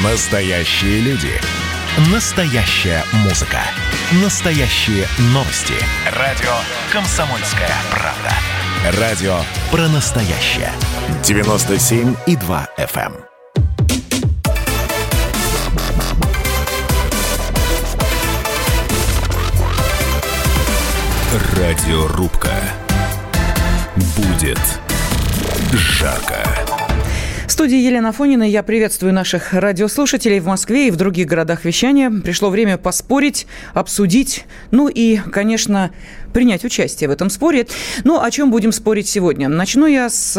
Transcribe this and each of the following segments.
Настоящие люди. Настоящая музыка. Настоящие новости. Радио «Комсомольская правда». Радио про настоящее. 97,2 FM. Радиорубка. Будет жарко. В студии Елена Афонина. Я приветствую наших радиослушателей в Москве и в других городах вещания. Пришло время поспорить, обсудить, ну и, конечно, принять участие в этом споре. Ну, о чем будем спорить сегодня? Начну я с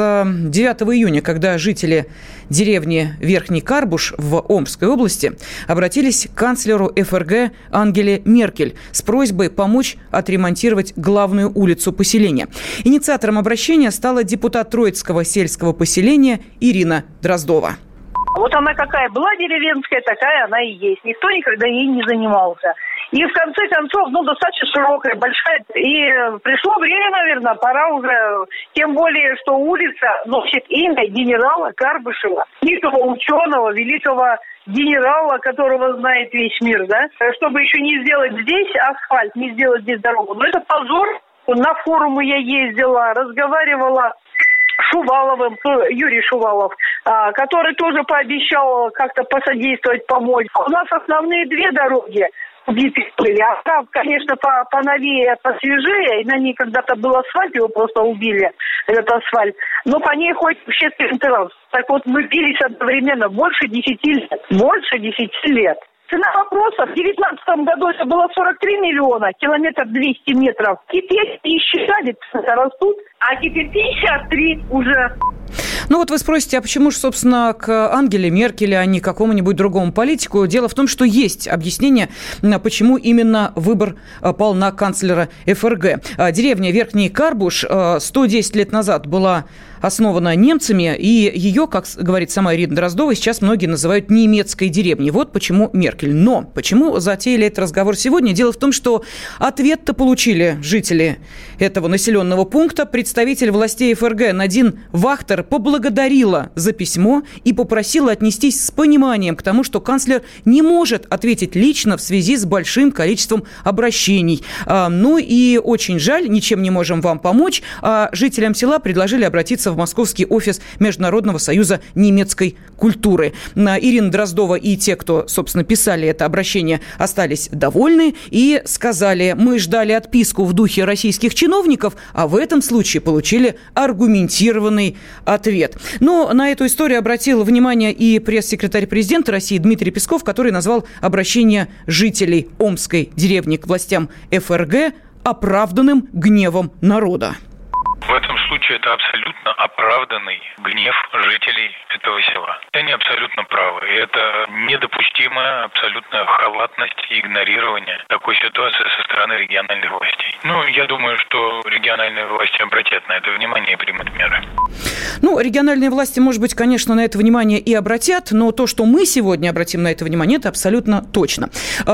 9 июня, когда жители деревни Верхний Карбуш в Омской области обратились к канцлеру ФРГ Ангеле Меркель с просьбой помочь отремонтировать главную улицу поселения. Инициатором обращения стала депутат Троицкого сельского поселения Ирина Дроздова. Вот она какая была деревенская, такая она и есть. Никто никогда ей не занимался. И в конце концов, достаточно широкая, большая. И пришло время, наверное, пора уже. Тем более, что улица носит имя генерала Карбышева, великого ученого, великого генерала, которого знает весь мир, да? Чтобы еще не сделать здесь асфальт, не сделать здесь дорогу. Но это позор. На форумы я ездила, разговаривала Шуваловым, Юрий Шувалов, который тоже пообещал как-то посодействовать, помочь. У нас основные две дороги убитые были. Одна, конечно, поновее, посвежее, и на ней когда-то был асфальт, его просто убили, этот асфальт. Но по ней ходит общественный транспорт. Так вот, мы бились одновременно больше 10 лет. Больше 10 лет. Цена вопроса в 2019 году это было 43 миллиона, километр 200 метров. Теперь и считали, растут, а теперь 53 уже. Ну вот вы спросите, а почему же, собственно, к Ангеле Меркель, а не к какому-нибудь другому политику? Дело в том, что есть объяснение, почему именно выбор пал на канцлера ФРГ. Деревня Верхний Карбуш 110 лет назад была основана немцами, и ее, как говорит сама Ирина Дроздова, сейчас многие называют немецкой деревней. Вот почему Меркель. Но почему затеяли этот разговор сегодня? Дело в том, что ответ-то получили жители этого населенного пункта. Представитель властей ФРГ Надин Вахтер поблагодарила за письмо и попросила отнестись с пониманием к тому, что канцлер не может ответить лично в связи с большим количеством обращений. Ну и очень жаль, ничем не можем вам помочь. Жителям села предложили обратиться в московский офис Международного союза немецкой культуры. Ирина Дроздова и те, кто, собственно, писали это обращение, остались довольны и сказали: мы ждали отписку в духе российских чиновников, а в этом случае получили аргументированный ответ. Но на эту историю обратил внимание и пресс-секретарь президента России Дмитрий Песков, который назвал обращение жителей омской деревни к властям ФРГ оправданным гневом народа. В этом случае это абсолютно оправданный гнев жителей этого села. Они абсолютно правы. И это недопустимая абсолютная халатность и игнорирование такой ситуации со стороны региональных властей. Я думаю, что региональные власти обратят на это внимание и примут меры. Региональные власти, может быть, конечно, на это внимание и обратят, но то, что мы сегодня обратим на это внимание, это абсолютно точно.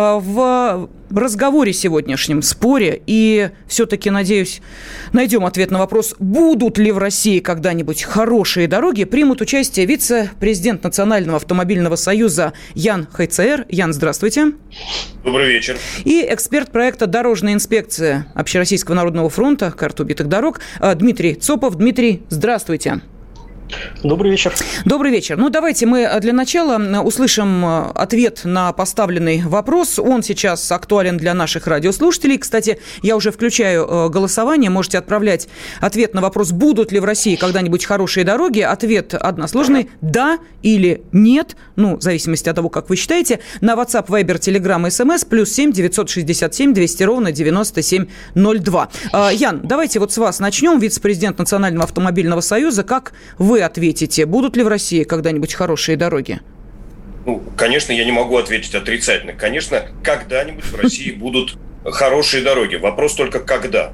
В разговоре сегодняшнем, споре, и все-таки, надеюсь, найдем ответ на вопрос, будут ли в России когда-нибудь хорошие дороги, примут участие вице-президент Национального автомобильного союза Ян Хайцаэр. Ян, здравствуйте. Добрый вечер. И эксперт проекта «Дорожная инспекция» Общероссийского народного фронта «Карта убитых дорог» Дмитрий Цопов. Дмитрий, здравствуйте. Добрый вечер. Добрый вечер. Давайте мы для начала услышим ответ на поставленный вопрос. Он сейчас актуален для наших радиослушателей. Кстати, я уже включаю голосование. Можете отправлять ответ на вопрос, будут ли в России когда-нибудь хорошие дороги. Ответ односложный: да или нет. В зависимости от того, как вы считаете. На WhatsApp, Viber, Telegram, SMS +7 967 200 ровно 9702. Ян, давайте с вас начнем. Вице-президент Национального автомобильного союза. Как вы ответите, будут ли в России когда-нибудь хорошие дороги? Конечно, я не могу ответить отрицательно. Конечно, когда-нибудь в России будут хорошие дороги. Вопрос только когда.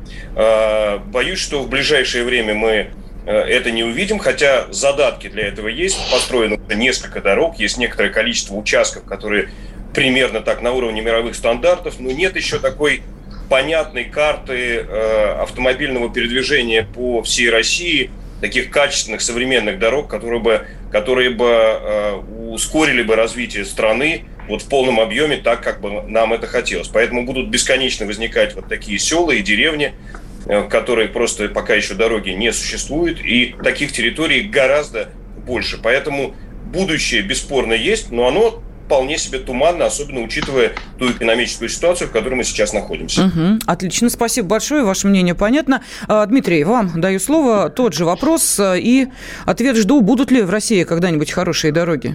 Боюсь, что в ближайшее время мы это не увидим, хотя задатки для этого есть. Построено несколько дорог, есть некоторое количество участков, которые примерно так на уровне мировых стандартов, но нет еще такой понятной карты автомобильного передвижения по всей России, таких качественных современных дорог, которые бы у ускорили бы развитие страны вот в полном объеме, так, как бы нам это хотелось. Поэтому будут бесконечно возникать вот такие села и деревни, в которых просто пока еще дороги не существует, и таких территорий гораздо больше. Поэтому будущее бесспорно есть, но оно вполне себе туманно, особенно учитывая ту экономическую ситуацию, в которой мы сейчас находимся. Угу. Отлично, спасибо большое, ваше мнение понятно. Дмитрий, вам даю слово, тот же вопрос, и ответ жду. Будут ли в России когда-нибудь хорошие дороги?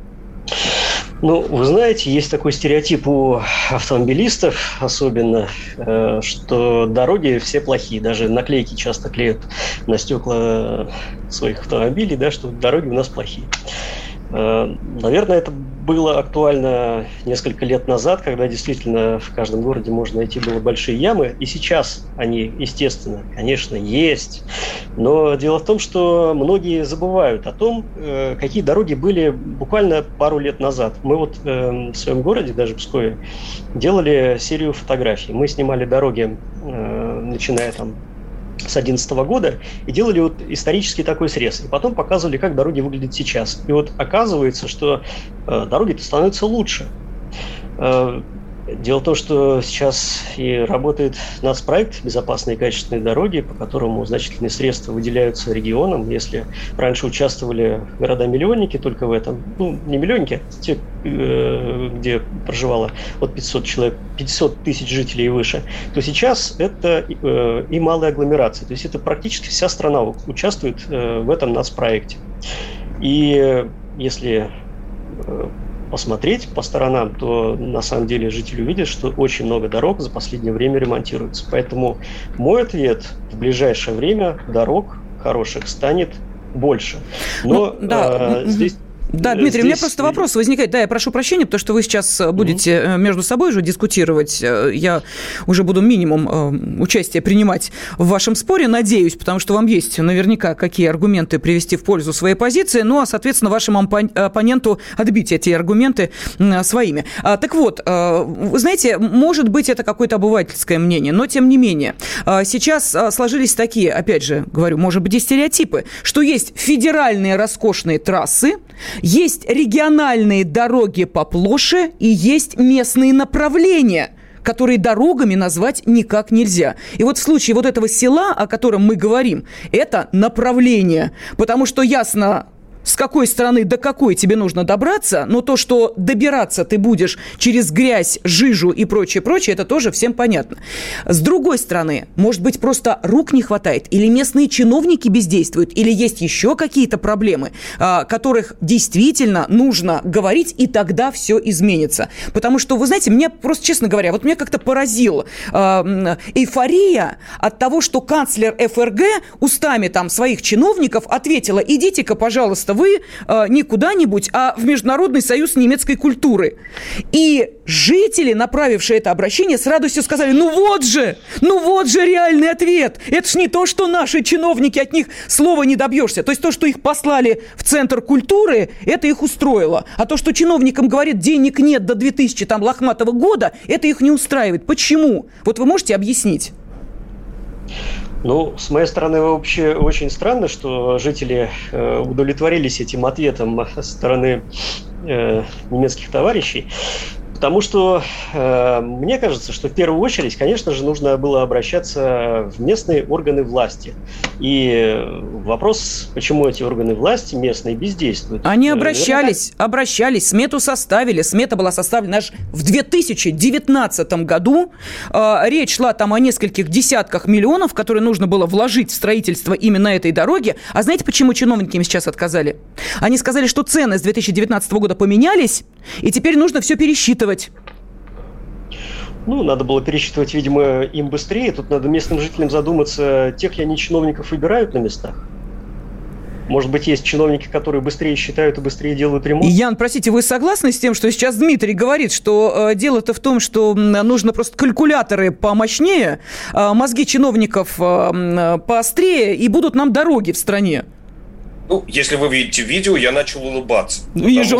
Ну, вы знаете, есть такой стереотип у автомобилистов, особенно, что дороги все плохие. Даже наклейки часто клеят на стекла своих автомобилей, да, что дороги у нас плохие. Наверное, это было актуально несколько лет назад, когда действительно в каждом городе можно найти было большие ямы. И сейчас они, естественно, конечно, есть. Но дело в том, что многие забывают о том, какие дороги были буквально пару лет назад. Мы вот в своем городе, даже в Пскове, делали серию фотографий. Мы снимали дороги, начиная там с 2011 года, и делали вот исторический такой срез. И потом показывали, как дороги выглядят сейчас. И вот оказывается, что дороги-то становятся лучше. Дело в том, что сейчас и работает нацпроект «Безопасные и качественные дороги», по которому значительные средства выделяются регионам. Если раньше участвовали города-миллионники только в этом, ну, не миллионники, а те, где проживало от 500 человек, 500 тысяч жителей и выше, то сейчас это и малые агломерации. То есть это практически вся страна участвует в этом нацпроекте. И если посмотреть по сторонам, то на самом деле жители увидят, что очень много дорог за последнее время ремонтируется. Поэтому мой ответ: в ближайшее время дорог хороших станет больше. Но здесь... Да, Дмитрий, у меня просто вопрос возникает. Да, я прошу прощения, потому что вы сейчас будете между собой же дискутировать. Я уже буду минимум участия принимать в вашем споре, надеюсь, потому что вам есть наверняка какие аргументы привести в пользу своей позиции, ну, а, соответственно, вашему оппоненту отбить эти аргументы своими. Так вот, вы знаете, может быть, это какое-то обывательское мнение, но, тем не менее, сейчас сложились такие, опять же, говорю, может быть, и стереотипы, что есть федеральные роскошные трассы, есть региональные дороги поплоше и есть местные направления, которые дорогами назвать никак нельзя. И вот в случае вот этого села, о котором мы говорим, это направление, потому что ясно, с какой стороны до какой тебе нужно добраться, но то, что добираться ты будешь через грязь, жижу и прочее, это тоже всем понятно. С другой стороны, может быть, просто рук не хватает, или местные чиновники бездействуют, или есть еще какие-то проблемы, о которых действительно нужно говорить, и тогда все изменится. Потому что, вы знаете, меня просто, честно говоря, вот меня как-то поразила эйфория от того, что канцлер ФРГ устами там своих чиновников ответила: идите-ка, пожалуйста, вы не куда-нибудь, а в Международный союз немецкой культуры. И жители, направившие это обращение, с радостью сказали: ну вот же реальный ответ. Это ж не то, что наши чиновники, от них слова не добьешься. То есть то, что их послали в Центр культуры, это их устроило. А то, что чиновникам говорят, денег нет до 2000 там лохматого года, это их не устраивает. Почему? Вот вы можете объяснить? Ну, с моей стороны, вообще очень странно, что жители удовлетворились этим ответом со стороны немецких товарищей. Потому что мне кажется, что в первую очередь, конечно же, нужно было обращаться в местные органы власти. И вопрос, почему эти органы власти местные бездействуют. Они обращались, смету составили. Смета была составлена аж в 2019 году. Речь шла там о нескольких десятках миллионов, которые нужно было вложить в строительство именно этой дороги. А знаете, почему чиновники им сейчас отказали? Они сказали, что цены с 2019 года поменялись, и теперь нужно все пересчитывать. Ну, надо было пересчитывать, видимо, им быстрее. Тут надо местным жителям задуматься, тех ли они чиновников выбирают на местах. Может быть, есть чиновники, которые быстрее считают и быстрее делают ремонт? Ян, простите, вы согласны с тем, что сейчас Дмитрий говорит, что дело-то в том, что нужно просто калькуляторы помощнее, мозги чиновников поострее, и будут нам дороги в стране? Ну, если вы видите видео, я начал улыбаться. Вижу.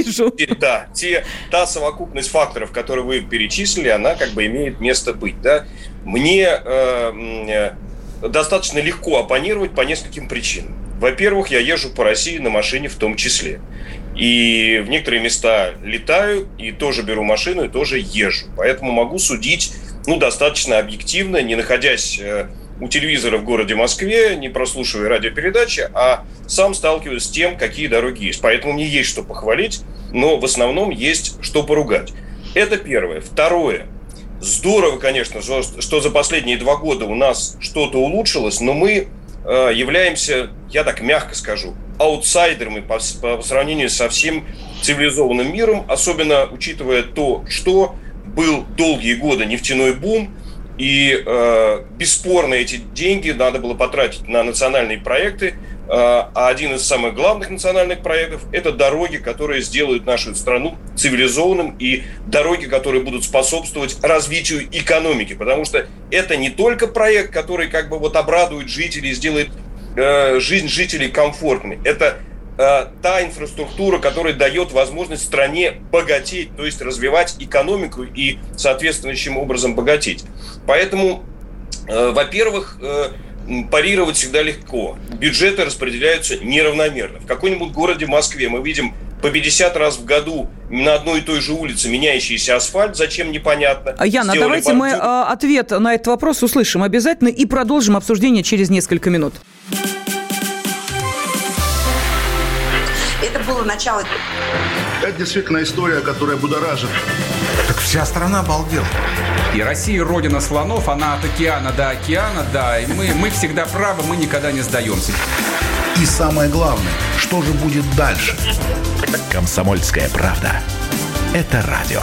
Та совокупность факторов, которые вы перечислили, она как бы имеет место быть. Да? Мне достаточно легко оппонировать по нескольким причинам. Во-первых, я езжу по России на машине в том числе. И в некоторые места летаю, и тоже беру машину, и тоже езжу. Поэтому могу судить, достаточно объективно, не находясь у телевизора в городе Москве, не прослушивая радиопередачи, а сам сталкиваюсь с тем, какие дороги есть. Поэтому мне есть что похвалить, но в основном есть что поругать. Это первое. Второе. Здорово, конечно, что за последние 2 года у нас что-то улучшилось, но мы являемся, я так мягко скажу, аутсайдерами по сравнению со всем цивилизованным миром, особенно учитывая то, что был долгие годы нефтяной бум, и бесспорно эти деньги надо было потратить на национальные проекты, а один из самых главных национальных проектов – это дороги, которые сделают нашу страну цивилизованным, и дороги, которые будут способствовать развитию экономики, потому что это не только проект, который обрадует жителей, сделает жизнь жителей комфортной, это та инфраструктура, которая дает возможность стране богатеть, то есть развивать экономику и соответствующим образом богатеть. Поэтому, во-первых, парировать всегда легко. Бюджеты распределяются неравномерно. В каком-нибудь городе Москве мы видим по 50 раз в году на одной и той же улице меняющийся асфальт. Зачем, непонятно. Яна, давайте мы ответ на этот вопрос услышим обязательно и продолжим обсуждение через несколько минут. Это было начало. Это действительно история, которая будоражит. Так вся страна обалдела. И Россия родина слонов, она от океана до океана, да. И мы всегда правы, мы никогда не сдаемся. И самое главное, что же будет дальше? «Комсомольская правда». Это радио.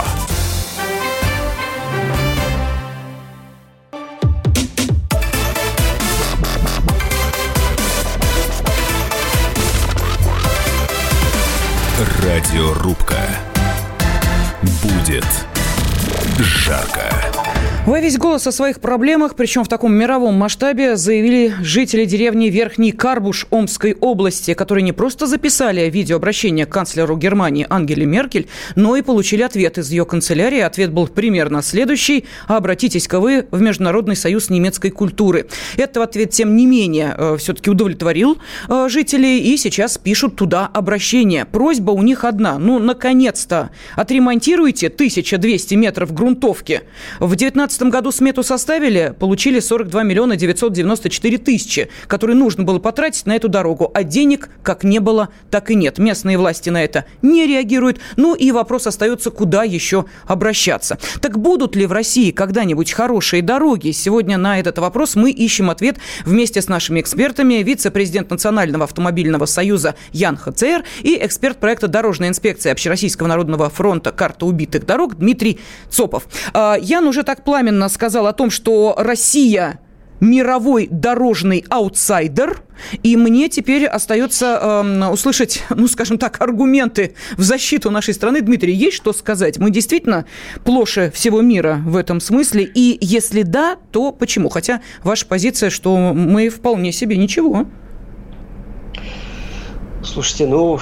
Радиорубка. Будет жарко. Во весь голос о своих проблемах, причем в таком мировом масштабе, заявили жители деревни Верхний Карбуш Омской области, которые не просто записали видеообращение к канцлеру Германии Ангеле Меркель, но и получили ответ из ее канцелярии. Ответ был примерно следующий: обратитесь-ка вы в Международный союз немецкой культуры. Этот ответ, тем не менее, все-таки удовлетворил жителей, и сейчас пишут туда обращение. Просьба у них одна: наконец-то отремонтируйте 1200 метров грунтовки. В 2019 году смету составили, получили 42 миллиона 994 тысячи, которые нужно было потратить на эту дорогу. А денег как не было, так и нет. Местные власти на это не реагируют. И вопрос остается, куда еще обращаться. Так будут ли в России когда-нибудь хорошие дороги? Сегодня на этот вопрос мы ищем ответ вместе с нашими экспертами. Вице-президент Национального автомобильного союза Ян Хацер и эксперт проекта «Дорожная инспекция Общероссийского народного фронта. Карта убитых дорог» Дмитрий Цопов. Ян уже так пламенно сказал о том, что Россия мировой дорожный аутсайдер. И мне теперь остается услышать, скажем так, аргументы в защиту нашей страны. Дмитрий, есть что сказать? Мы действительно плоше всего мира в этом смысле? И если да, то почему? Хотя ваша позиция, что мы вполне себе ничего. Слушайте, мы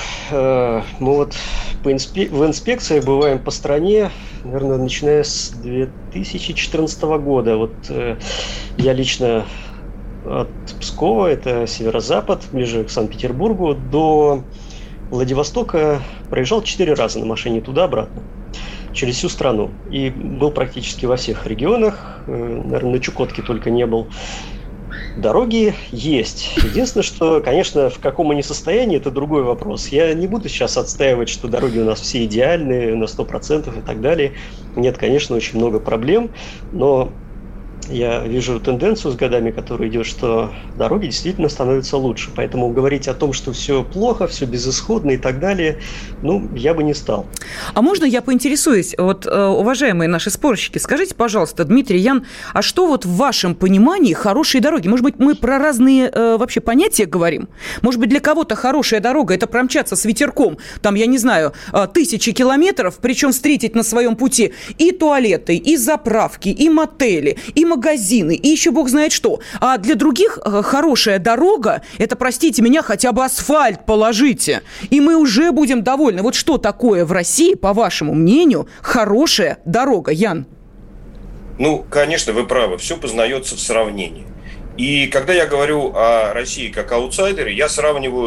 в инспекции бываем по стране, наверное, начиная с 2014 года. Я лично от Пскова, это северо-запад, ближе к Санкт-Петербургу, до Владивостока проезжал 4 раза на машине туда-обратно, через всю страну. И был практически во всех регионах, наверное, на Чукотке только не был. Дороги есть. Единственное, что, конечно, в каком они состоянии, это другой вопрос. Я не буду сейчас отстаивать, что дороги у нас все идеальные, на 100% и так далее. Нет, конечно, очень много проблем, но я вижу тенденцию с годами, которая идет, что дороги действительно становятся лучше. Поэтому говорить о том, что все плохо, все безысходно и так далее, я бы не стал. А можно я поинтересуюсь, уважаемые наши спорщики, скажите, пожалуйста, Дмитрий, Ян, а что в вашем понимании хорошие дороги? Может быть, мы про разные вообще понятия говорим? Может быть, для кого-то хорошая дорога – это промчаться с ветерком, 1000 километров, причем встретить на своем пути и туалеты, и заправки, и мотели, и магазины, и еще бог знает что. А для других хорошая дорога – это, простите меня, хотя бы асфальт положите, и мы уже будем довольны. Вот что такое в России, по вашему мнению, хорошая дорога, Ян? Конечно, вы правы, все познается в сравнении. И когда я говорю о России как аутсайдере, я сравниваю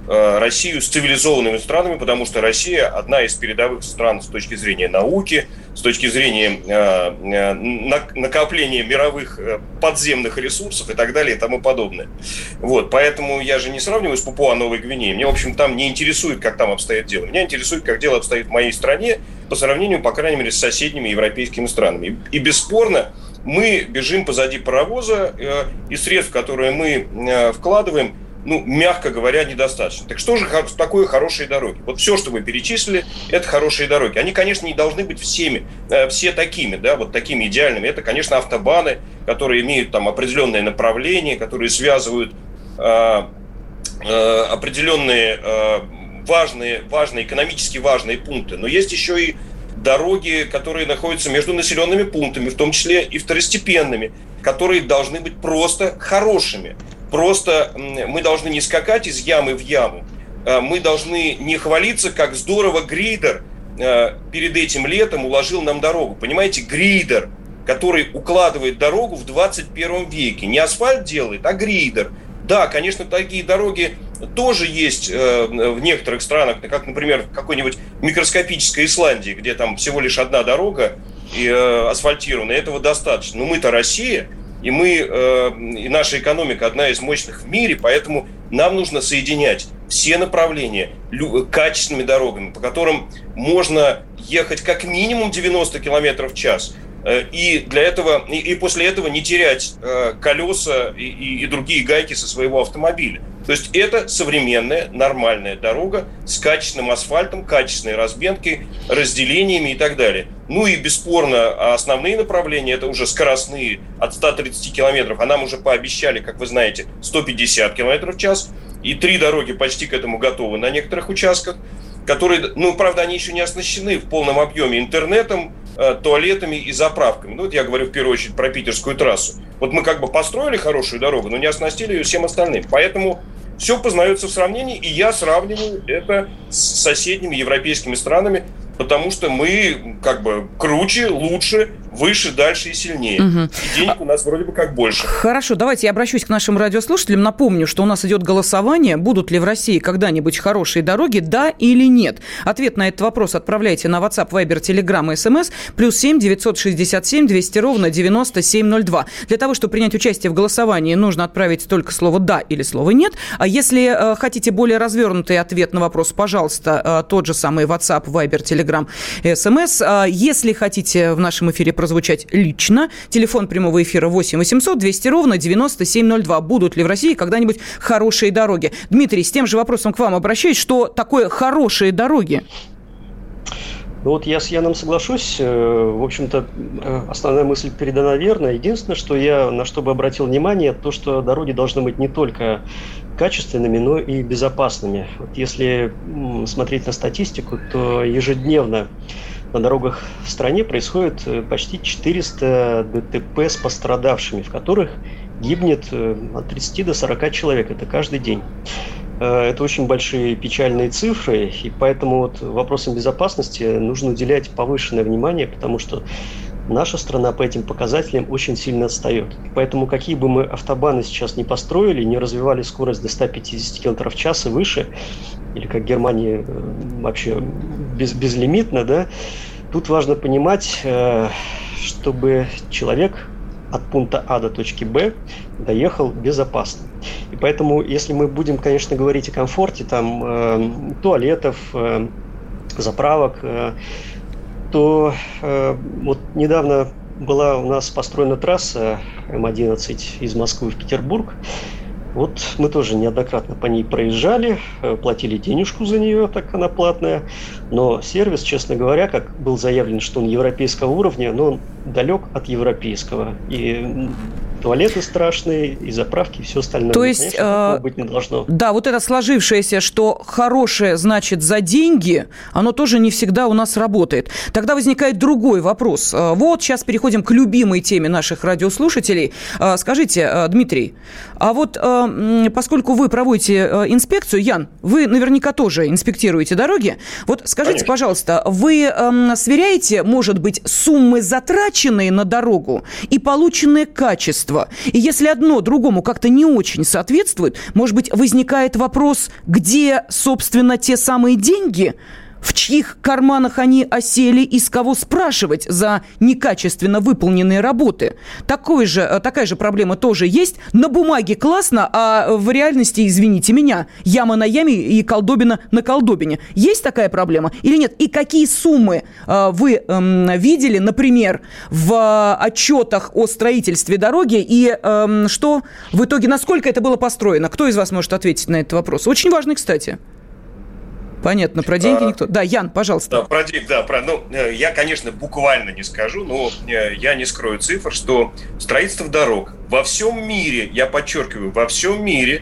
Россию с цивилизованными странами, потому что Россия одна из передовых стран с точки зрения науки, с точки зрения накопления мировых подземных ресурсов и так далее и тому подобное. Вот, поэтому я же не сравниваю с Папуа-Новой Гвинеей. Мне, в общем, там не интересует, как там обстоит дело. Меня интересует, как дело обстоит в моей стране по сравнению, по крайней мере, с соседними европейскими странами. И бесспорно, мы бежим позади паровоза, и средств, которые мы вкладываем, мягко говоря, недостаточно. Так что же такое хорошие дороги? Вот все, что вы перечислили, это хорошие дороги. Они, конечно, не должны быть все такими, да, вот такими идеальными. Это, конечно, автобаны, которые имеют там определенное направление, которые связывают определенные важные, экономически важные пункты. Но есть еще и дороги, которые находятся между населенными пунктами, в том числе и второстепенными, которые должны быть просто хорошими. Просто мы должны не скакать из ямы в яму. Мы должны не хвалиться, как здорово грейдер перед этим летом уложил нам дорогу. Понимаете, грейдер, который укладывает дорогу в 21 веке. Не асфальт делает, а грейдер. Да, конечно, такие дороги тоже есть в некоторых странах, как, например, в какой-нибудь микроскопической Исландии, где там всего лишь одна дорога и асфальтированная. Этого достаточно. Но мы-то Россия, и наша экономика одна из мощных в мире, поэтому нам нужно соединять все направления качественными дорогами, по которым можно ехать как минимум 90 км в час. И для этого, и после этого не терять колеса и другие гайки со своего автомобиля. То есть это современная, нормальная дорога с качественным асфальтом, качественной разметкой, разделениями и так далее. И бесспорно, основные направления, это уже скоростные от 130 километров, а нам уже пообещали, как вы знаете, 150 километров в час. И 3 дороги почти к этому готовы на некоторых участках, которые, правда, они еще не оснащены в полном объеме интернетом, туалетами и заправками. Вот я говорю в первую очередь про питерскую трассу. Вот мы как бы построили хорошую дорогу, но не оснастили ее всем остальным. Поэтому все познается в сравнении, и я сравниваю это с соседними европейскими странами, потому что мы как бы круче, лучше, выше, дальше и сильнее. Угу. И денег у нас вроде бы как больше. Хорошо, давайте я обращусь к нашим радиослушателям. Напомню, что у нас идет голосование. Будут ли в России когда-нибудь хорошие дороги, да или нет? Ответ на этот вопрос отправляйте на WhatsApp, Viber, Telegram и SMS. +7 967 200 ровно 9702. Для того, чтобы принять участие в голосовании, нужно отправить только слово «да» или слово «нет». А если хотите более развернутый ответ на вопрос, пожалуйста, тот же самый WhatsApp, Viber, Telegram и SMS. Если хотите в нашем эфире прозвучать лично, телефон прямого эфира 8 800 200 ровно 9702. Будут ли в России когда-нибудь хорошие дороги? Дмитрий, с тем же вопросом к вам обращаюсь. Что такое хорошие дороги? Вот я с Яном соглашусь. В общем-то, основная мысль передана верно. Единственное, что я на что бы обратил внимание, то, что дороги должны быть не только качественными, но и безопасными. Вот если смотреть на статистику, то ежедневно на дорогах в стране происходит почти 400 ДТП с пострадавшими, в которых гибнет от 30 до 40 человек. Это каждый день. Это очень большие печальные цифры, и поэтому вот вопросам безопасности нужно уделять повышенное внимание, потому что наша страна по этим показателям очень сильно отстает. Поэтому какие бы мы автобаны сейчас не построили, не развивали скорость до 150 км в час и выше, или как в Германии вообще безлимитно, да, тут важно понимать, чтобы человек от пункта А до точки Б доехал безопасно. И поэтому, если мы будем, конечно, говорить о комфорте, там, туалетов, заправок, то вот недавно была у нас построена трасса М11 из Москвы в Петербург. Вот мы тоже неоднократно по ней проезжали, платили денежку за нее, так она платная. Но сервис, честно говоря, как был заявлен, что он европейского уровня, но он далек от европейского. И туалеты страшные, и заправки, и все остальное. То есть, конечно, такого быть не должно. Да, вот это сложившееся, что хорошее значит за деньги, оно тоже не всегда у нас работает. Тогда возникает другой вопрос. Вот сейчас переходим к любимой теме наших радиослушателей. Скажите, Дмитрий, а вот поскольку вы проводите инспекцию, Ян, вы наверняка тоже инспектируете дороги. Вот скажите, конечно, пожалуйста, вы сверяете, может быть, суммы, затраченные на дорогу, и полученное качество? строительства. И если одно другому как-то не очень соответствует, может быть, возникает вопрос, где, собственно, те самые деньги, в чьих карманах они осели и с кого спрашивать за некачественно выполненные работы. Такая же проблема тоже есть. На бумаге классно, а в реальности, извините меня, яма на яме и колдобина на колдобине. Есть такая проблема или нет? И какие суммы вы видели, например, в отчетах о строительстве дороги и что в итоге, насколько это было построено? Кто из вас может ответить на этот вопрос? Очень важный, кстати. Понятно, про деньги никто... Да, Ян, пожалуйста. Я, конечно, буквально не скажу, но я не скрою цифр, что строительство дорог во всем мире, я подчеркиваю, во всем мире,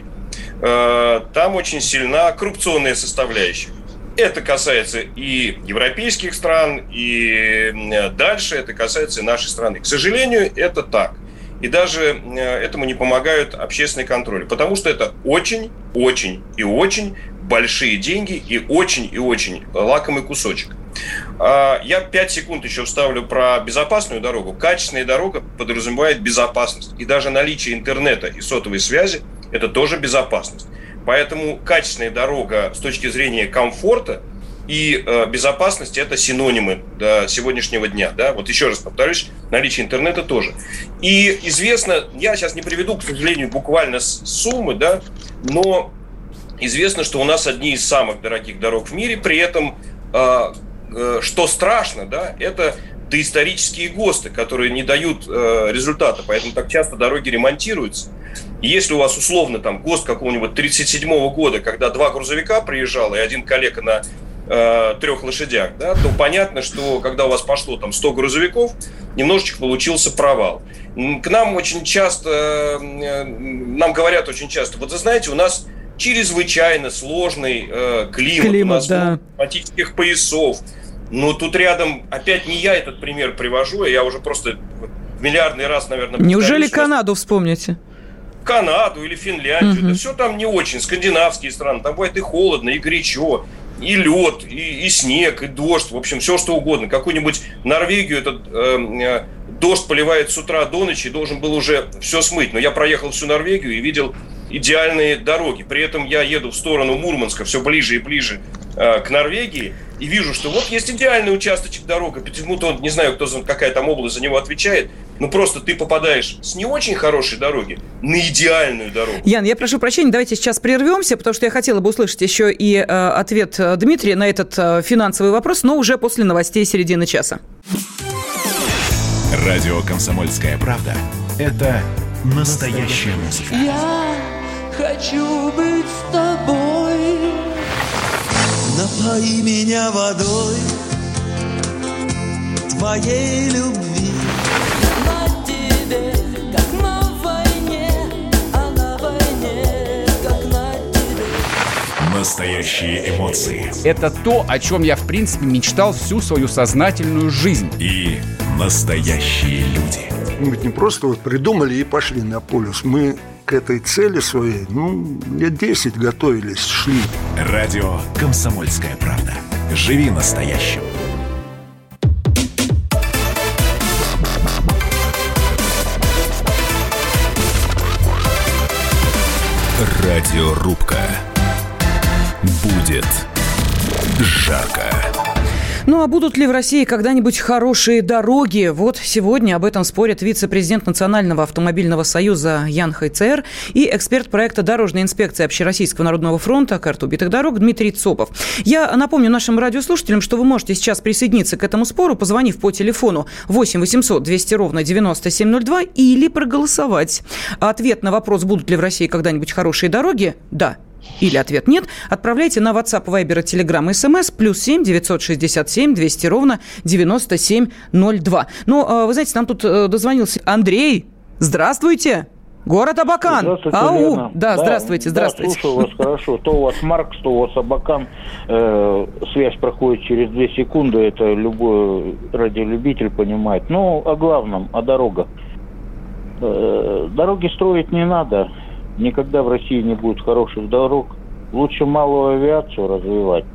там очень сильна коррупционная составляющая. Это касается и европейских стран, и дальше это касается и нашей страны. К сожалению, это так. И даже этому не помогают общественные контроли, потому что это очень, очень и очень большие деньги и очень лакомый кусочек. Я 5 секунд еще вставлю про безопасную дорогу. Качественная дорога подразумевает безопасность. И даже наличие интернета и сотовой связи – это тоже безопасность. Поэтому качественная дорога с точки зрения комфорта и безопасности – это синонимы до сегодняшнего дня. Да? Вот еще раз повторюсь, наличие интернета тоже. И известно, я сейчас не приведу, к сожалению, буквально суммы, да, но известно, что у нас одни из самых дорогих дорог в мире. При этом, что страшно, да, это доисторические ГОСТы, которые не дают результата. Поэтому так часто дороги ремонтируются. И если у вас условно там ГОСТ какого-нибудь 1937 года, когда 2 грузовика приезжало и 1 калека на 3 лошадях, да, то понятно, что когда у вас пошло там 100 грузовиков, немножечко получился провал. К нам очень часто, нам говорят очень часто, вот вы знаете, у нас чрезвычайно сложный климат, у нас много климатических поясов. Но тут рядом, опять не я этот пример привожу, я уже просто в миллиардный раз, наверное, повторюсь. Неужели Канаду вспомните? Канаду или Финляндию, да все там не очень, скандинавские страны, там бывает и холодно, и горячо, и лед, и снег, и дождь, в общем, все что угодно. Какую-нибудь Норвегию этот дождь поливает с утра до ночи и должен был уже все смыть. Но я проехал всю Норвегию и видел идеальные дороги. При этом я еду в сторону Мурманска все ближе и ближе к Норвегии и вижу, что вот есть идеальный участочек дороги. Почему-то, не знаю, какая там область за него отвечает, но просто ты попадаешь с не очень хорошей дороги на идеальную дорогу. Ян, я прошу прощения, давайте сейчас прервемся, потому что я хотела бы услышать еще и ответ Дмитрия на этот финансовый вопрос, но уже после новостей середины часа. Радио «Комсомольская правда» – это настоящая музыка. Я хочу быть с тобой. Напои меня водой твоей любви. На тебе, как на войне, а на войне, как на тебе. Настоящие эмоции. Это то, о чем я, в принципе, мечтал всю свою сознательную жизнь. И настоящие люди. Мы ведь не просто вот придумали и пошли на полюс. Мы к этой цели своей, лет 10 готовились, шли. Радио «Комсомольская правда». Живи настоящим. Радиорубка. Будет жарко. Ну, а будут ли в России когда-нибудь хорошие дороги? Вот сегодня об этом спорят вице-президент Национального автомобильного союза Ян Хайцер и эксперт проекта «Дорожная инспекция Общероссийского народного фронта. Карта убитых дорог» Дмитрий Цопов. Я напомню нашим радиослушателям, что вы можете сейчас присоединиться к этому спору, позвонив по телефону 8 800 200 ровно 9702 или проголосовать. Ответ на вопрос, будут ли в России когда-нибудь хорошие дороги – да. Или ответ нет, отправляйте на WhatsApp, Viber, Telegram, SMS +7 967 200 ровно 9702. Ну, вы знаете, нам тут дозвонился Андрей. Здравствуйте. Город Абакан. Здравствуйте, Ау. Лена. Да, здравствуйте, здравствуйте. Да, слушаю вас хорошо. То у вас Маркс, то у вас Абакан. Связь проходит через 2 секунды. Это любой радиолюбитель понимает. Ну, о главном, о дорогах. Дороги строить не надо. Никогда в России не будет хороших дорог. Лучше малую авиацию развивать,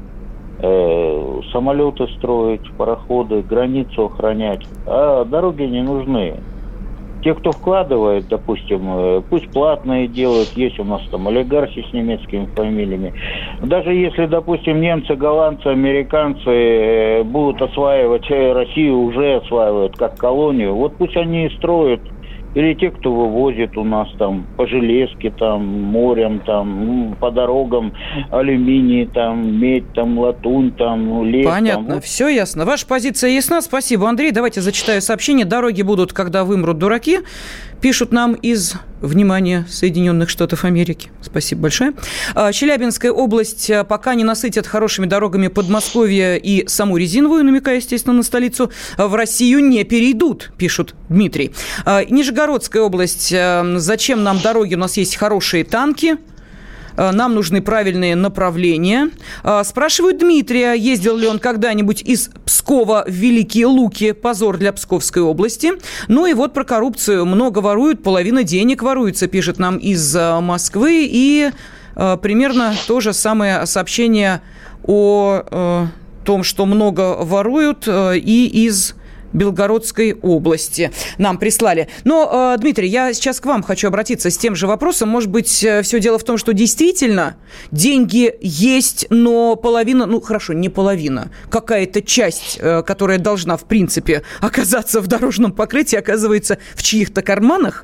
самолеты строить, пароходы, границу охранять. А дороги не нужны. те, кто вкладывает, допустим, пусть платные делают, есть у нас там олигархи с немецкими фамилиями. Даже если, допустим, немцы, голландцы, американцы будут осваивать Россию, уже осваивают как колонию, вот пусть они и строят. Или те, кто вывозит у нас там по железке, там, морем, там, по дорогам алюминий, там, медь, там, латунь, там, лес. Понятно, там. все ясно. Ваша позиция ясна. Спасибо, Андрей. Давайте зачитаю сообщение. Дороги будут, когда вымрут дураки. Пишут нам из, внимания, Соединенных Штатов Америки. Спасибо большое. Челябинская область пока не насытят хорошими дорогами Подмосковья и саму резиновую, намекая, естественно, на столицу, в Россию не перейдут, пишут Дмитрий. Нижегородская область. Зачем нам дороги? У нас есть хорошие танки. Нам нужны правильные направления. Спрашивают Дмитрия, ездил ли он когда-нибудь из Пскова в Великие Луки. Позор для Псковской области. Ну и вот про коррупцию. Много воруют, половина денег воруется, пишет нам из Москвы. И примерно то же самое сообщение о том, что много воруют, и из Белгородской области нам прислали. Но, Дмитрий, я сейчас к вам хочу обратиться с тем же вопросом. Может быть, все дело в том, что действительно деньги есть, но половина, ну, хорошо, не половина, какая-то часть, которая должна, в принципе, оказаться в дорожном покрытии, оказывается в чьих-то карманах?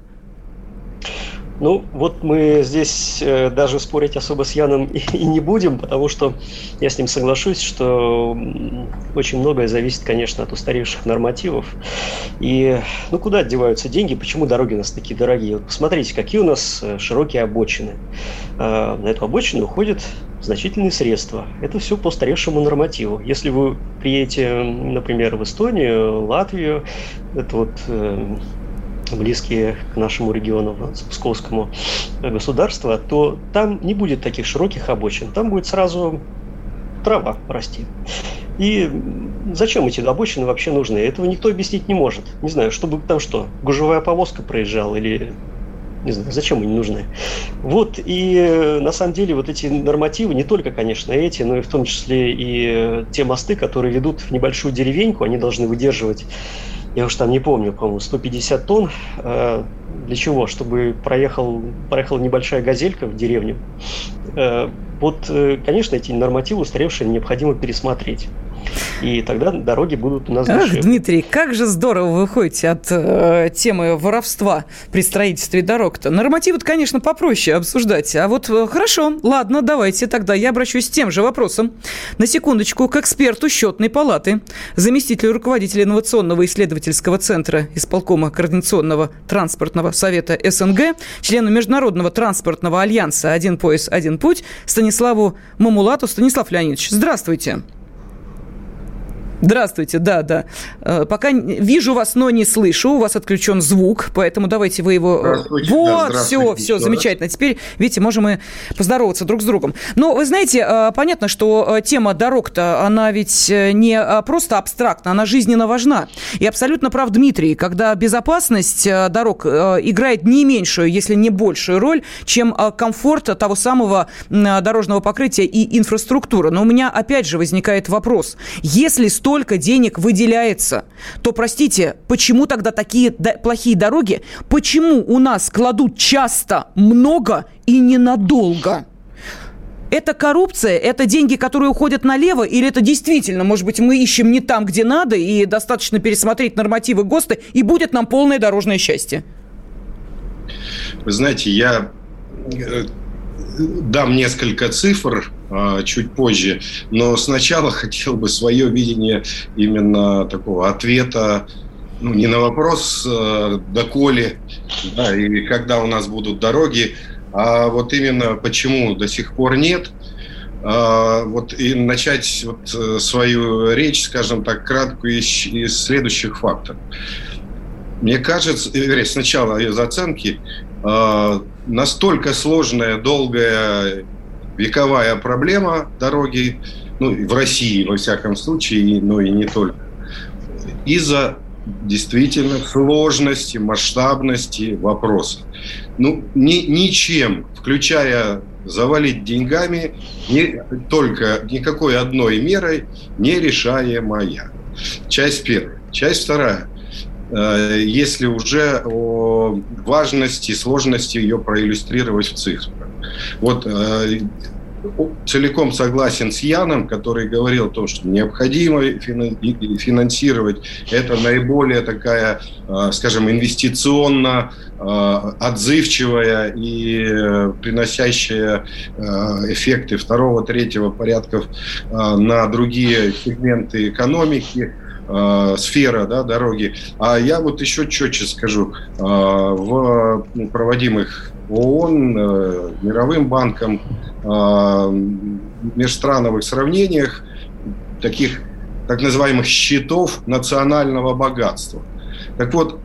Ну, вот мы здесь даже спорить особо с Яном и не будем, потому что я с ним соглашусь, что очень многое зависит, конечно, от устаревших нормативов. И, ну, куда деваются деньги, почему дороги у нас такие дорогие? Вот посмотрите, какие у нас широкие обочины. На эту обочину уходят значительные средства. Это все по устаревшему нормативу. Если вы приедете, например, в Эстонию, Латвию, это вот... близкие к нашему региону, Псковскому государству, то там не будет таких широких обочин. Там будет сразу трава расти. И зачем эти обочины вообще нужны? Этого никто объяснить не может. Не знаю, чтобы там что, гужевая повозка проезжала или... Не знаю, зачем они нужны. Вот, и на самом деле вот эти нормативы, не только, конечно, эти, но и в том числе и те мосты, которые ведут в небольшую деревеньку, они должны выдерживать, я уж там не помню, по-моему, 150 тонн. Для чего? Чтобы проехала небольшая газелька в деревню. Вот, конечно, эти нормативы устаревшие необходимо пересмотреть. И тогда дороги будут у нас дешевле. Ах, Дмитрий, как же здорово вы уходите от темы воровства при строительстве дорог-то. Нормативы-то, конечно, попроще обсуждать. А вот хорошо, ладно, давайте тогда я обращусь с тем же вопросом. На секундочку, к эксперту Счетной палаты, заместителю руководителя инновационного исследовательского центра исполкома Координационного транспортного совета СНГ, члену Международного транспортного альянса «Один пояс, один путь» Станиславу Мамулату. Станислав Леонидович, здравствуйте. Здравствуйте, да. Пока вижу вас, но не слышу. У вас отключен звук, поэтому давайте вы его... Вот, да, все, замечательно. Теперь, видите, можем и поздороваться друг с другом. Но, вы знаете, понятно, что тема дорог-то, она ведь не просто абстрактна, она жизненно важна. И абсолютно прав Дмитрий, когда безопасность дорог играет не меньшую, если не большую роль, чем комфорт того самого дорожного покрытия и инфраструктуры. Но у меня опять же возникает вопрос. Если столько денег выделяется, то, простите, почему тогда такие плохие дороги? Почему у нас кладут часто много и ненадолго? Это коррупция? Это деньги, которые уходят налево? Или это действительно, может быть, мы ищем не там, где надо, и достаточно пересмотреть нормативы ГОСТа, и будет нам полное дорожное счастье? Вы знаете, я дам несколько цифр чуть позже, но сначала хотел бы свое видение именно такого ответа, ну, не на вопрос доколе, да, и когда у нас будут дороги, а вот именно почему до сих пор нет. Вот и начать вот свою речь, скажем так, краткую из следующих фактов. Мне кажется, сначала из оценки, настолько сложная, долгая, вековая проблема дороги, ну, в России, во всяком случае, но и не только, из-за действительно сложности, масштабности вопроса. Ну, ничем, включая завалить деньгами, никакой одной мерой не решаемая. Часть первая. Часть вторая. если уже о важности, сложности ее проиллюстрировать в цифрах. Вот целиком согласен с Яном, который говорил о том, что необходимо финансировать. Это наиболее такая, скажем, инвестиционно отзывчивая и приносящая эффекты второго, третьего порядков на другие сегменты экономики, сфера, да, дороги. А я вот еще четче скажу, в проводимых ООН, Мировым банком, межстрановых сравнениях таких так называемых счетов национального богатства. Так вот,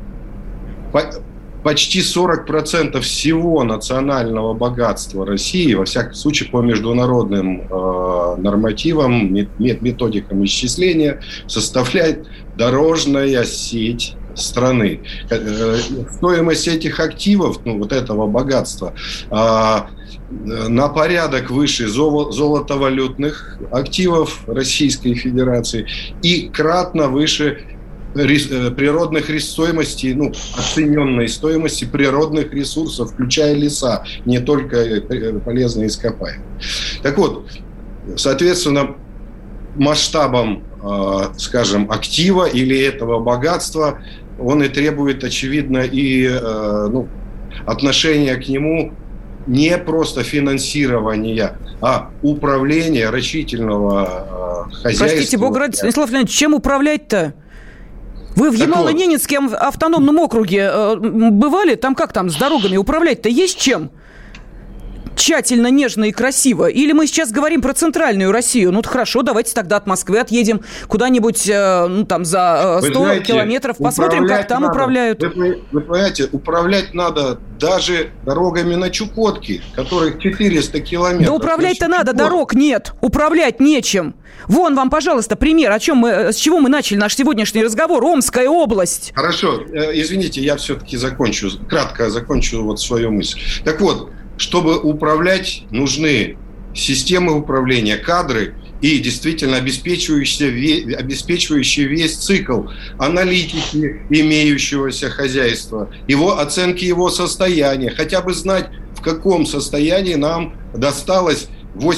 почти 40% всего национального богатства России, во всяком случае по международным нормативам, методикам исчисления, составляет дорожная сеть страны. Стоимость этих активов, вот этого богатства, на порядок выше золотовалютных активов Российской Федерации и кратно выше природных стоимостей, оцененной стоимости природных ресурсов, включая леса, не только полезные ископаемые. Так вот, соответственно, масштабом, скажем, актива или этого богатства он и требует, очевидно, и отношения к нему не просто финансирования, а управления, рачительного хозяйства. Простите, Бог ради, Станислав Леонидович, чем управлять-то? Вы в Ямало-Ненецком автономном округе бывали? Там как там с дорогами управлять-то есть чем? Тщательно, нежно и красиво? Или мы сейчас говорим про центральную Россию? Ну, хорошо, давайте тогда от Москвы отъедем куда-нибудь за 100 километров, посмотрим, как там управляют. Вы понимаете, управлять надо даже дорогами на Чукотке, которых 400 километров. Да управлять-то надо, дорог нет, управлять нечем. Вон вам, пожалуйста, пример, с чего мы начали наш сегодняшний разговор. Омская область. Хорошо, извините, я все-таки кратко закончу вот свою мысль. Так вот, чтобы управлять, нужны системы управления, кадры и действительно обеспечивающие весь цикл аналитики имеющегося хозяйства, оценки его состояния, хотя бы знать, в каком состоянии нам досталось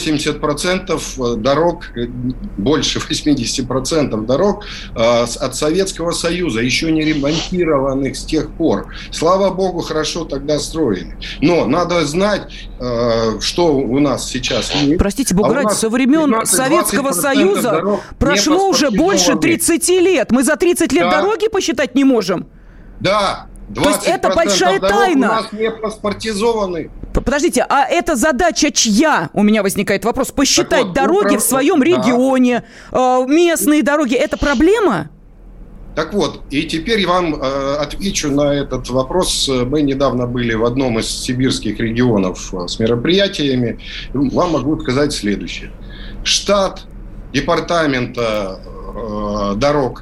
80% дорог, больше 80% дорог от Советского Союза, еще не ремонтированных с тех пор. Слава богу, хорошо тогда строили. Но надо знать, что у нас сейчас есть. Простите, Бог ради, со времен Советского Союза прошло уже больше 30 лет. Мы за 30 лет дороги посчитать не можем? Да. То есть это большая тайна. У нас не паспортизованы. Подождите, а это задача чья? У меня возникает вопрос. Посчитать дороги в своем регионе, местные дороги. Это проблема? Так вот, и теперь я вам отвечу на этот вопрос. Мы недавно были в одном из сибирских регионов с мероприятиями. Вам могу сказать следующее. Штат департамента дорог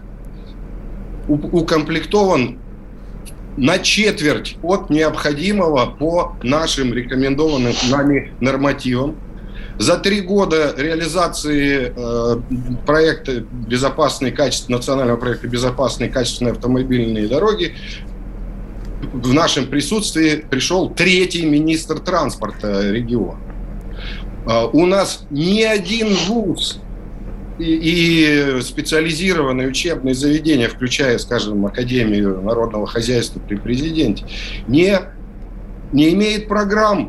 укомплектован на четверть от необходимого по нашим рекомендованным нами нормативам. За 3 года реализации проекта национального проекта «Безопасные качественные автомобильные дороги» в нашем присутствии пришел 3-й министр транспорта региона. У нас ни один вуз и специализированные учебные заведения, включая, скажем, Академию народного хозяйства при президенте, не имеет программ.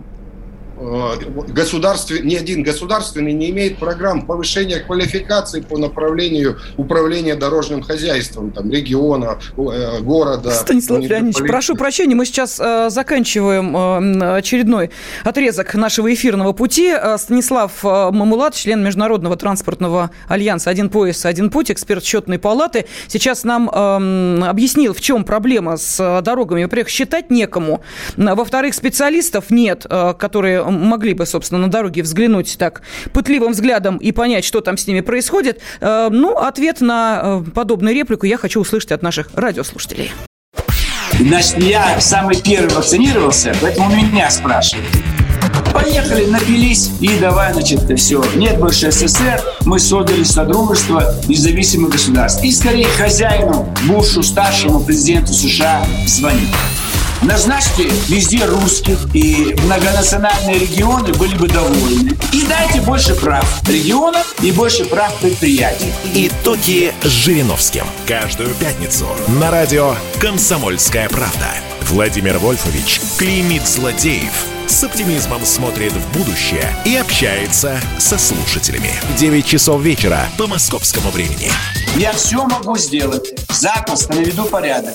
Ни один государственный не имеет программ повышения квалификации по направлению управления дорожным хозяйством, региона, города. Станислав Леонидович, прошу прощения, мы сейчас заканчиваем очередной отрезок нашего эфирного пути. Станислав Мамулат, член Международного транспортного альянса «Один пояс, один путь», эксперт счетной палаты, сейчас нам объяснил, в чем проблема с дорогами. Во-первых, считать некому. Во-вторых, специалистов нет, которые могли бы, собственно, на дороге взглянуть так пытливым взглядом и понять, что там с ними происходит. Ответ на подобную реплику я хочу услышать от наших радиослушателей. Значит, я самый первый вакцинировался, поэтому меня спрашивают. поехали, напились и давай, значит, все. Нет больше СССР, мы создали Содружество независимых государств. И скорее хозяину Бушу, старшему президенту США, звонить. Назначьте везде русских, и многонациональные регионы были бы довольны. И дайте больше прав регионам и больше прав предприятий. Итоги с Жириновским. Каждую пятницу на радио «Комсомольская правда». Владимир Вольфович клеймит злодеев, с оптимизмом смотрит в будущее и общается со слушателями. 9 часов вечера по московскому времени. Я все могу сделать. Запросто наведу порядок.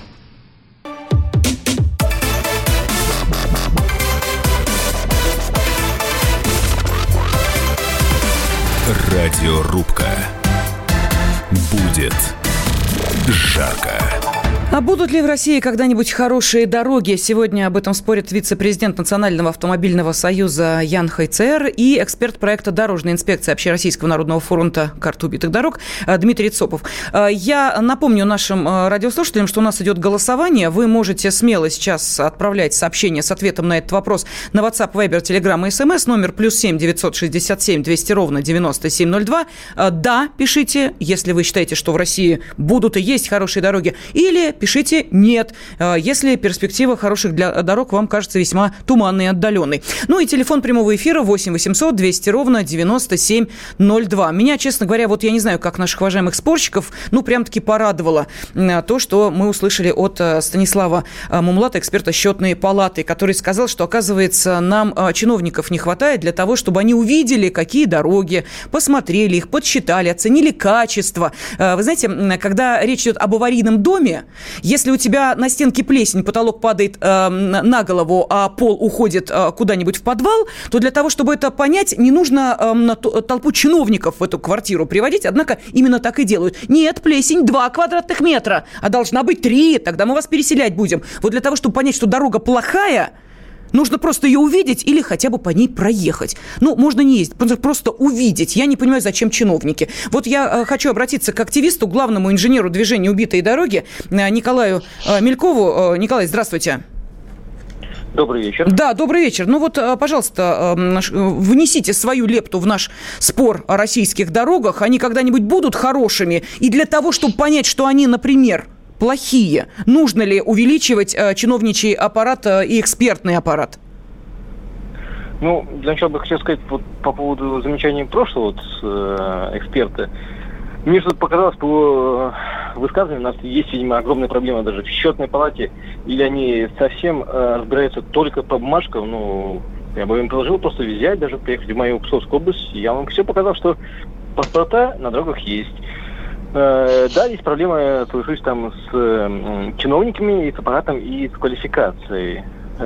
Радиорубка. Будет жарко. А будут ли в России когда-нибудь хорошие дороги? Сегодня об этом спорит вице-президент Национального автомобильного союза Ян Хайцер и эксперт проекта «Дорожная инспекция» Общероссийского народного фронта «Карта убитых дорог» Дмитрий Цопов. Я напомню нашим радиослушателям, что у нас идет голосование. Вы можете смело сейчас отправлять сообщения с ответом на этот вопрос на WhatsApp, Viber, Telegram и SMS. Номер +7 967 200 ровно 9702. Да, пишите, если вы считаете, что в России будут и есть хорошие дороги. Или пишите «нет», если перспектива хороших дорог вам кажется весьма туманной и отдаленной. Ну и телефон прямого эфира 8 800 200 ровно 9702. Меня, честно говоря, вот я не знаю, как наших уважаемых спорщиков, ну, прям-таки порадовало то, что мы услышали от Станислава Мумлата, эксперта Счетной палаты, который сказал, что, оказывается, нам чиновников не хватает для того, чтобы они увидели, какие дороги, посмотрели их, подсчитали, оценили качество. Вы знаете, когда речь идет об аварийном доме, если у тебя на стенке плесень, потолок падает на голову, а пол уходит куда-нибудь в подвал, то для того, чтобы это понять, не нужно толпу чиновников в эту квартиру приводить, однако именно так и делают. Нет, плесень 2 квадратных метра, а должна быть 3, тогда мы вас переселять будем. Вот для того, чтобы понять, что дорога плохая, нужно просто ее увидеть или хотя бы по ней проехать. Ну, можно не ездить, просто увидеть. Я не понимаю, зачем чиновники. Вот я хочу обратиться к активисту, главному инженеру движения «Убитые дороги» Николаю Мелькову. Николай, здравствуйте. Добрый вечер. Да, добрый вечер. Ну вот, пожалуйста, внесите свою лепту в наш спор о российских дорогах. Они когда-нибудь будут хорошими? И для того, чтобы понять, что они, например, плохие, нужно ли увеличивать чиновничий аппарат и экспертный аппарат? Ну, для начала бы хотел сказать вот, по поводу замечаний прошлого эксперта. Мне что-то показалось по высказыванию, у нас есть, видимо, огромная проблема даже в счетной палате, или они совсем разбираются только по бумажкам. Ну, я бы им предложил просто взять, даже приехать в мою Псковскую область, и я вам все показал, что паспорта на дорогах есть. Да, есть проблемы, соглашусь, там с чиновниками, и с аппаратом, и с квалификацией.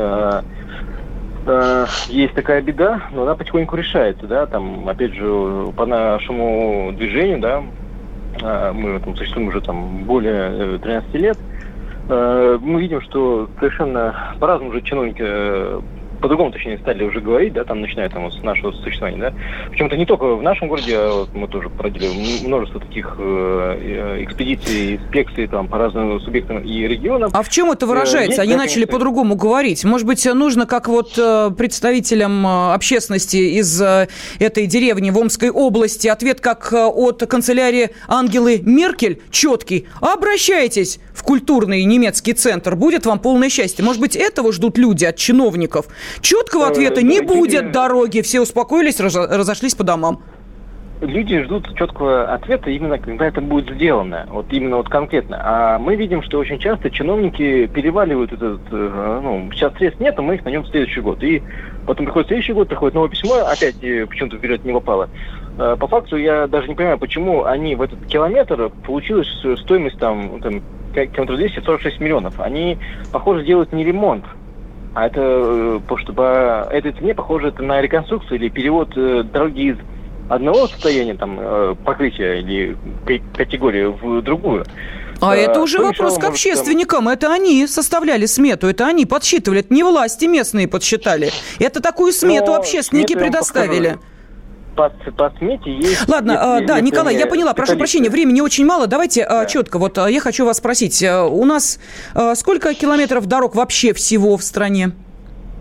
Есть такая беда, но она потихоньку решается, да, там, опять же, по нашему движению, да, мы там существуем уже там более 13 лет, мы видим, что совершенно по-разному уже чиновники по-другому, точнее, стали уже говорить, да, там, начиная там, с нашего существования, да. Причем-то не только в нашем городе, а вот мы тоже проводили множество таких экспедиций, инспекций там по разным субъектам и регионам. А в чем это выражается? Они начали по-другому говорить. Может быть, нужно, как вот представителям общественности из этой деревни в Омской области, ответ как от канцелярии Ангелы Меркель, четкий. Обращайтесь в культурный немецкий центр, будет вам полное счастье. Может быть, этого ждут люди от чиновников? Четкого ответа не будет дороги. Все успокоились, разошлись по домам. Люди ждут четкого ответа именно когда это будет сделано. Вот именно вот конкретно. А мы видим, что очень часто чиновники переваливают этот... сейчас средств нет, а мы их найдем в следующий год. И потом приходит следующий год, приходит новое письмо, опять почему-то в бюджет не попало. По факту я даже не понимаю, почему они в этот километр получилась стоимость там километр 246 миллионов. Они, похоже, делают не ремонт. А это, что по этой цене, похоже, это на реконструкцию или перевод дороги из одного состояния, там, покрытия или категории в другую. А это уже вопрос к общественникам. Это они составляли смету, это они подсчитывали. Это не власти местные подсчитали. Это такую смету общественники предоставили. По смете есть... Ладно, да, Николай, я поняла, прошу прощения, времени очень мало. Давайте четко, вот я хочу вас спросить. У нас сколько километров дорог вообще всего в стране?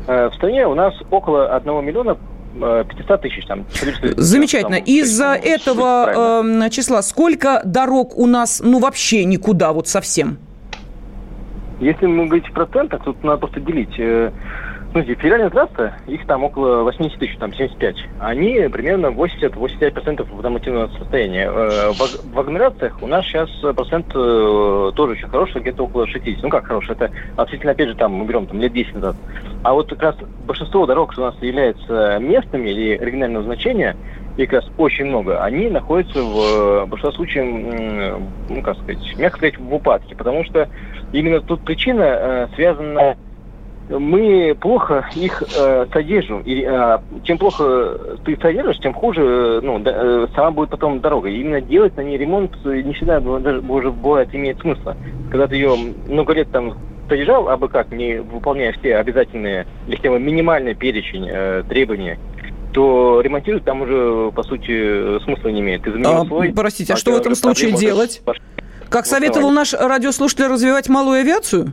В стране у нас около 1 миллиона 500 тысяч. Там, замечательно. Из-за этого числа сколько дорог у нас, вообще никуда, вот совсем? Если мы говорить в процентах, тут надо просто делить. Федеральные трассы, их там около 80 тысяч, там 75. Они примерно 80-85% в нормативного состояния. В агломерациях у нас сейчас процент тоже очень хороший, где-то около 60. Ну как хороший, это относительно, опять же, там мы берем лет 10 назад. А вот как раз большинство дорог, что у нас являются местными или регионального значения, и как раз очень много, они находятся в большинстве случаев, мягко сказать, в упадке. Потому что именно тут причина связана... Мы плохо их содержим. И чем плохо ты содержишь, тем хуже сама будет потом дорога. И именно делать на ней ремонт не всегда даже уже бывает имеет смысла. Когда ты ее много лет там содержал, абы как, не выполняя все обязательные или хотя бы минимальный перечень требований, то ремонтировать там уже, по сути, смысла не имеет. Ты заменил слой. Простите, а что в этом случае делать? Как советовал наш радиослушатель, развивать малую авиацию?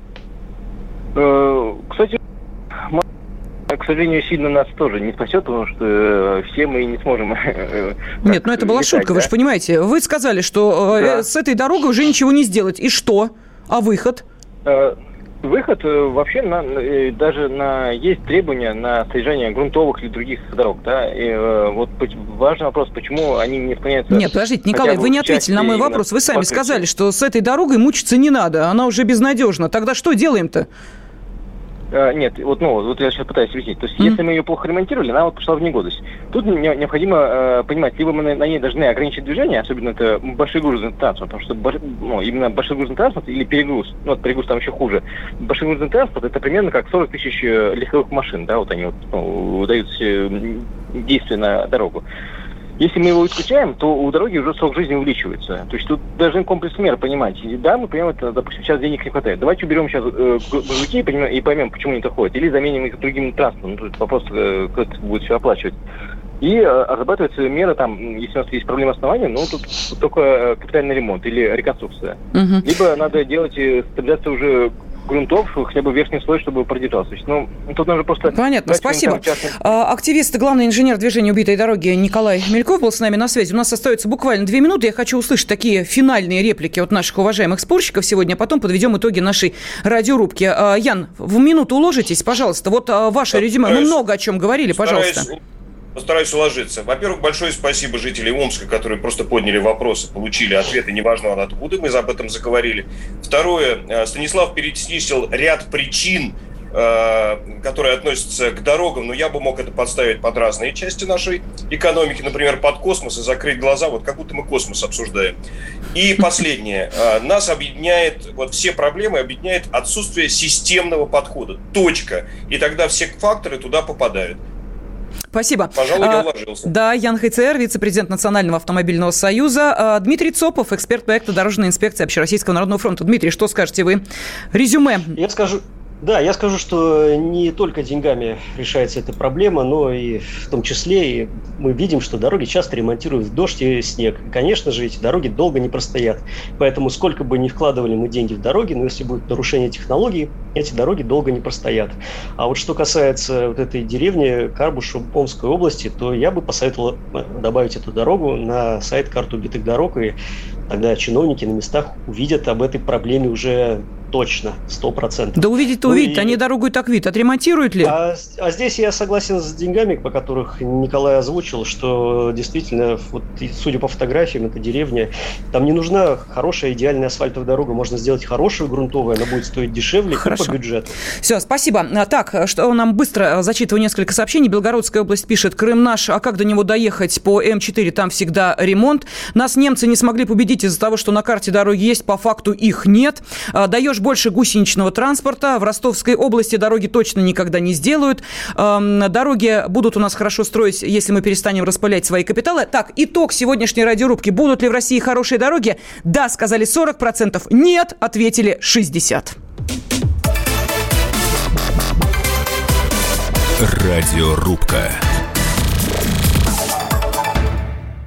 Кстати, к сожалению, сильно нас тоже не спасет, потому что все мы не сможем... Нет, это была шутка, да? Вы же понимаете. Вы сказали, что с этой дорогой уже ничего не сделать. И что? А выход? Выход вообще даже есть требования на содержание грунтовых или других дорог, да. И вот важный вопрос, почему они не исполняются. Нет, подождите, Николай, вы не ответили на мой вопрос. Вы сами сказали, что с этой дорогой мучиться не надо, она уже безнадежна. Тогда что делаем-то? Нет, вот я сейчас пытаюсь объяснить. То есть, если мы ее плохо ремонтировали, она пошла в негодность. Тут необходимо понимать, либо мы на ней должны ограничить движение, особенно это большегрузный транспорт, потому что именно большегрузный транспорт или перегруз, перегруз там еще хуже. Большегрузный транспорт — это примерно как 40 тысяч легковых машин, да, вот они выдают действия на дорогу. Если мы его исключаем, то у дороги уже срок жизни увеличивается. То есть тут должны комплекс мер понимать. И да, мы понимаем, это, допустим, сейчас денег не хватает. Давайте уберем сейчас грузовики и поймем, почему они так ходят. Или заменим их другим транспортом. Тут вопрос, кто это будет все оплачивать. И разрабатываются меры, если у нас есть проблемы основания, тут только капитальный ремонт или реконструкция. Угу. Либо надо делать стабилизацию уже грунтов, хотя бы верхний слой, чтобы продержался. То есть, тут нужно просто... Понятно, спасибо. Активист, главный инженер движения «Убитой дороги» Николай Мельков был с нами на связи. У нас остается буквально 2 минуты. Я хочу услышать такие финальные реплики от наших уважаемых спорщиков сегодня, а потом подведем итоги нашей радиорубки. Ян, в минуту уложитесь, пожалуйста. Вот ваше резюме. Мы много о чем говорили, пожалуйста. Постараюсь уложиться. Во-первых, большое спасибо жителям Омска, которые просто подняли вопросы, получили ответы, неважно откуда, мы об этом заговорили. Второе, Станислав перечислил ряд причин, которые относятся к дорогам, но я бы мог это подставить под разные части нашей экономики, например, под космос, и закрыть глаза, как будто мы космос обсуждаем. И последнее. Нас объединяет, все проблемы объединяет отсутствие системного подхода. Точка. И тогда все факторы туда попадают. Спасибо. Пожалуй, я уложился. Да, Ян Хайцер, вице-президент Национального автомобильного союза. Дмитрий Цопов, эксперт проекта «Дорожная инспекция Общероссийского народного фронта». Дмитрий, что скажете вы? Резюме. Я скажу, что не только деньгами решается эта проблема, но и в том числе и мы видим, что дороги часто ремонтируют в дождь и снег. И, конечно же, эти дороги долго не простоят. Поэтому сколько бы ни вкладывали мы деньги в дороги, но если будет нарушение технологий, эти дороги долго не простоят. А вот что касается этой деревни Карбуш Омской области, то я бы посоветовал добавить эту дорогу на сайт «Карты убитых дорог», и тогда чиновники на местах увидят об этой проблеме уже точно, 100%. Да увидеть-то увидят, они дорогу и так видят. Отремонтируют ли? А здесь я согласен с деньгами, по которых Николай озвучил, что действительно, судя по фотографиям, эта деревня, там не нужна хорошая идеальная асфальтовая дорога, можно сделать хорошую грунтовую, она будет стоить дешевле и по бюджету. Все, спасибо. Так, что нам быстро зачитываю несколько сообщений. Белгородская область пишет: Крым наш, а как до него доехать по М4? Там всегда ремонт. Нас немцы не смогли победить из-за того, что на карте дороги есть, по факту их нет. Даешь больше гусеничного транспорта. В Ростовской области дороги точно никогда не сделают. Дороги будут у нас хорошо строить, если мы перестанем распылять свои капиталы. Так, итог сегодняшней радиорубки. Будут ли в России хорошие дороги? Да, сказали 40%. Нет, ответили 60%. Радиорубка.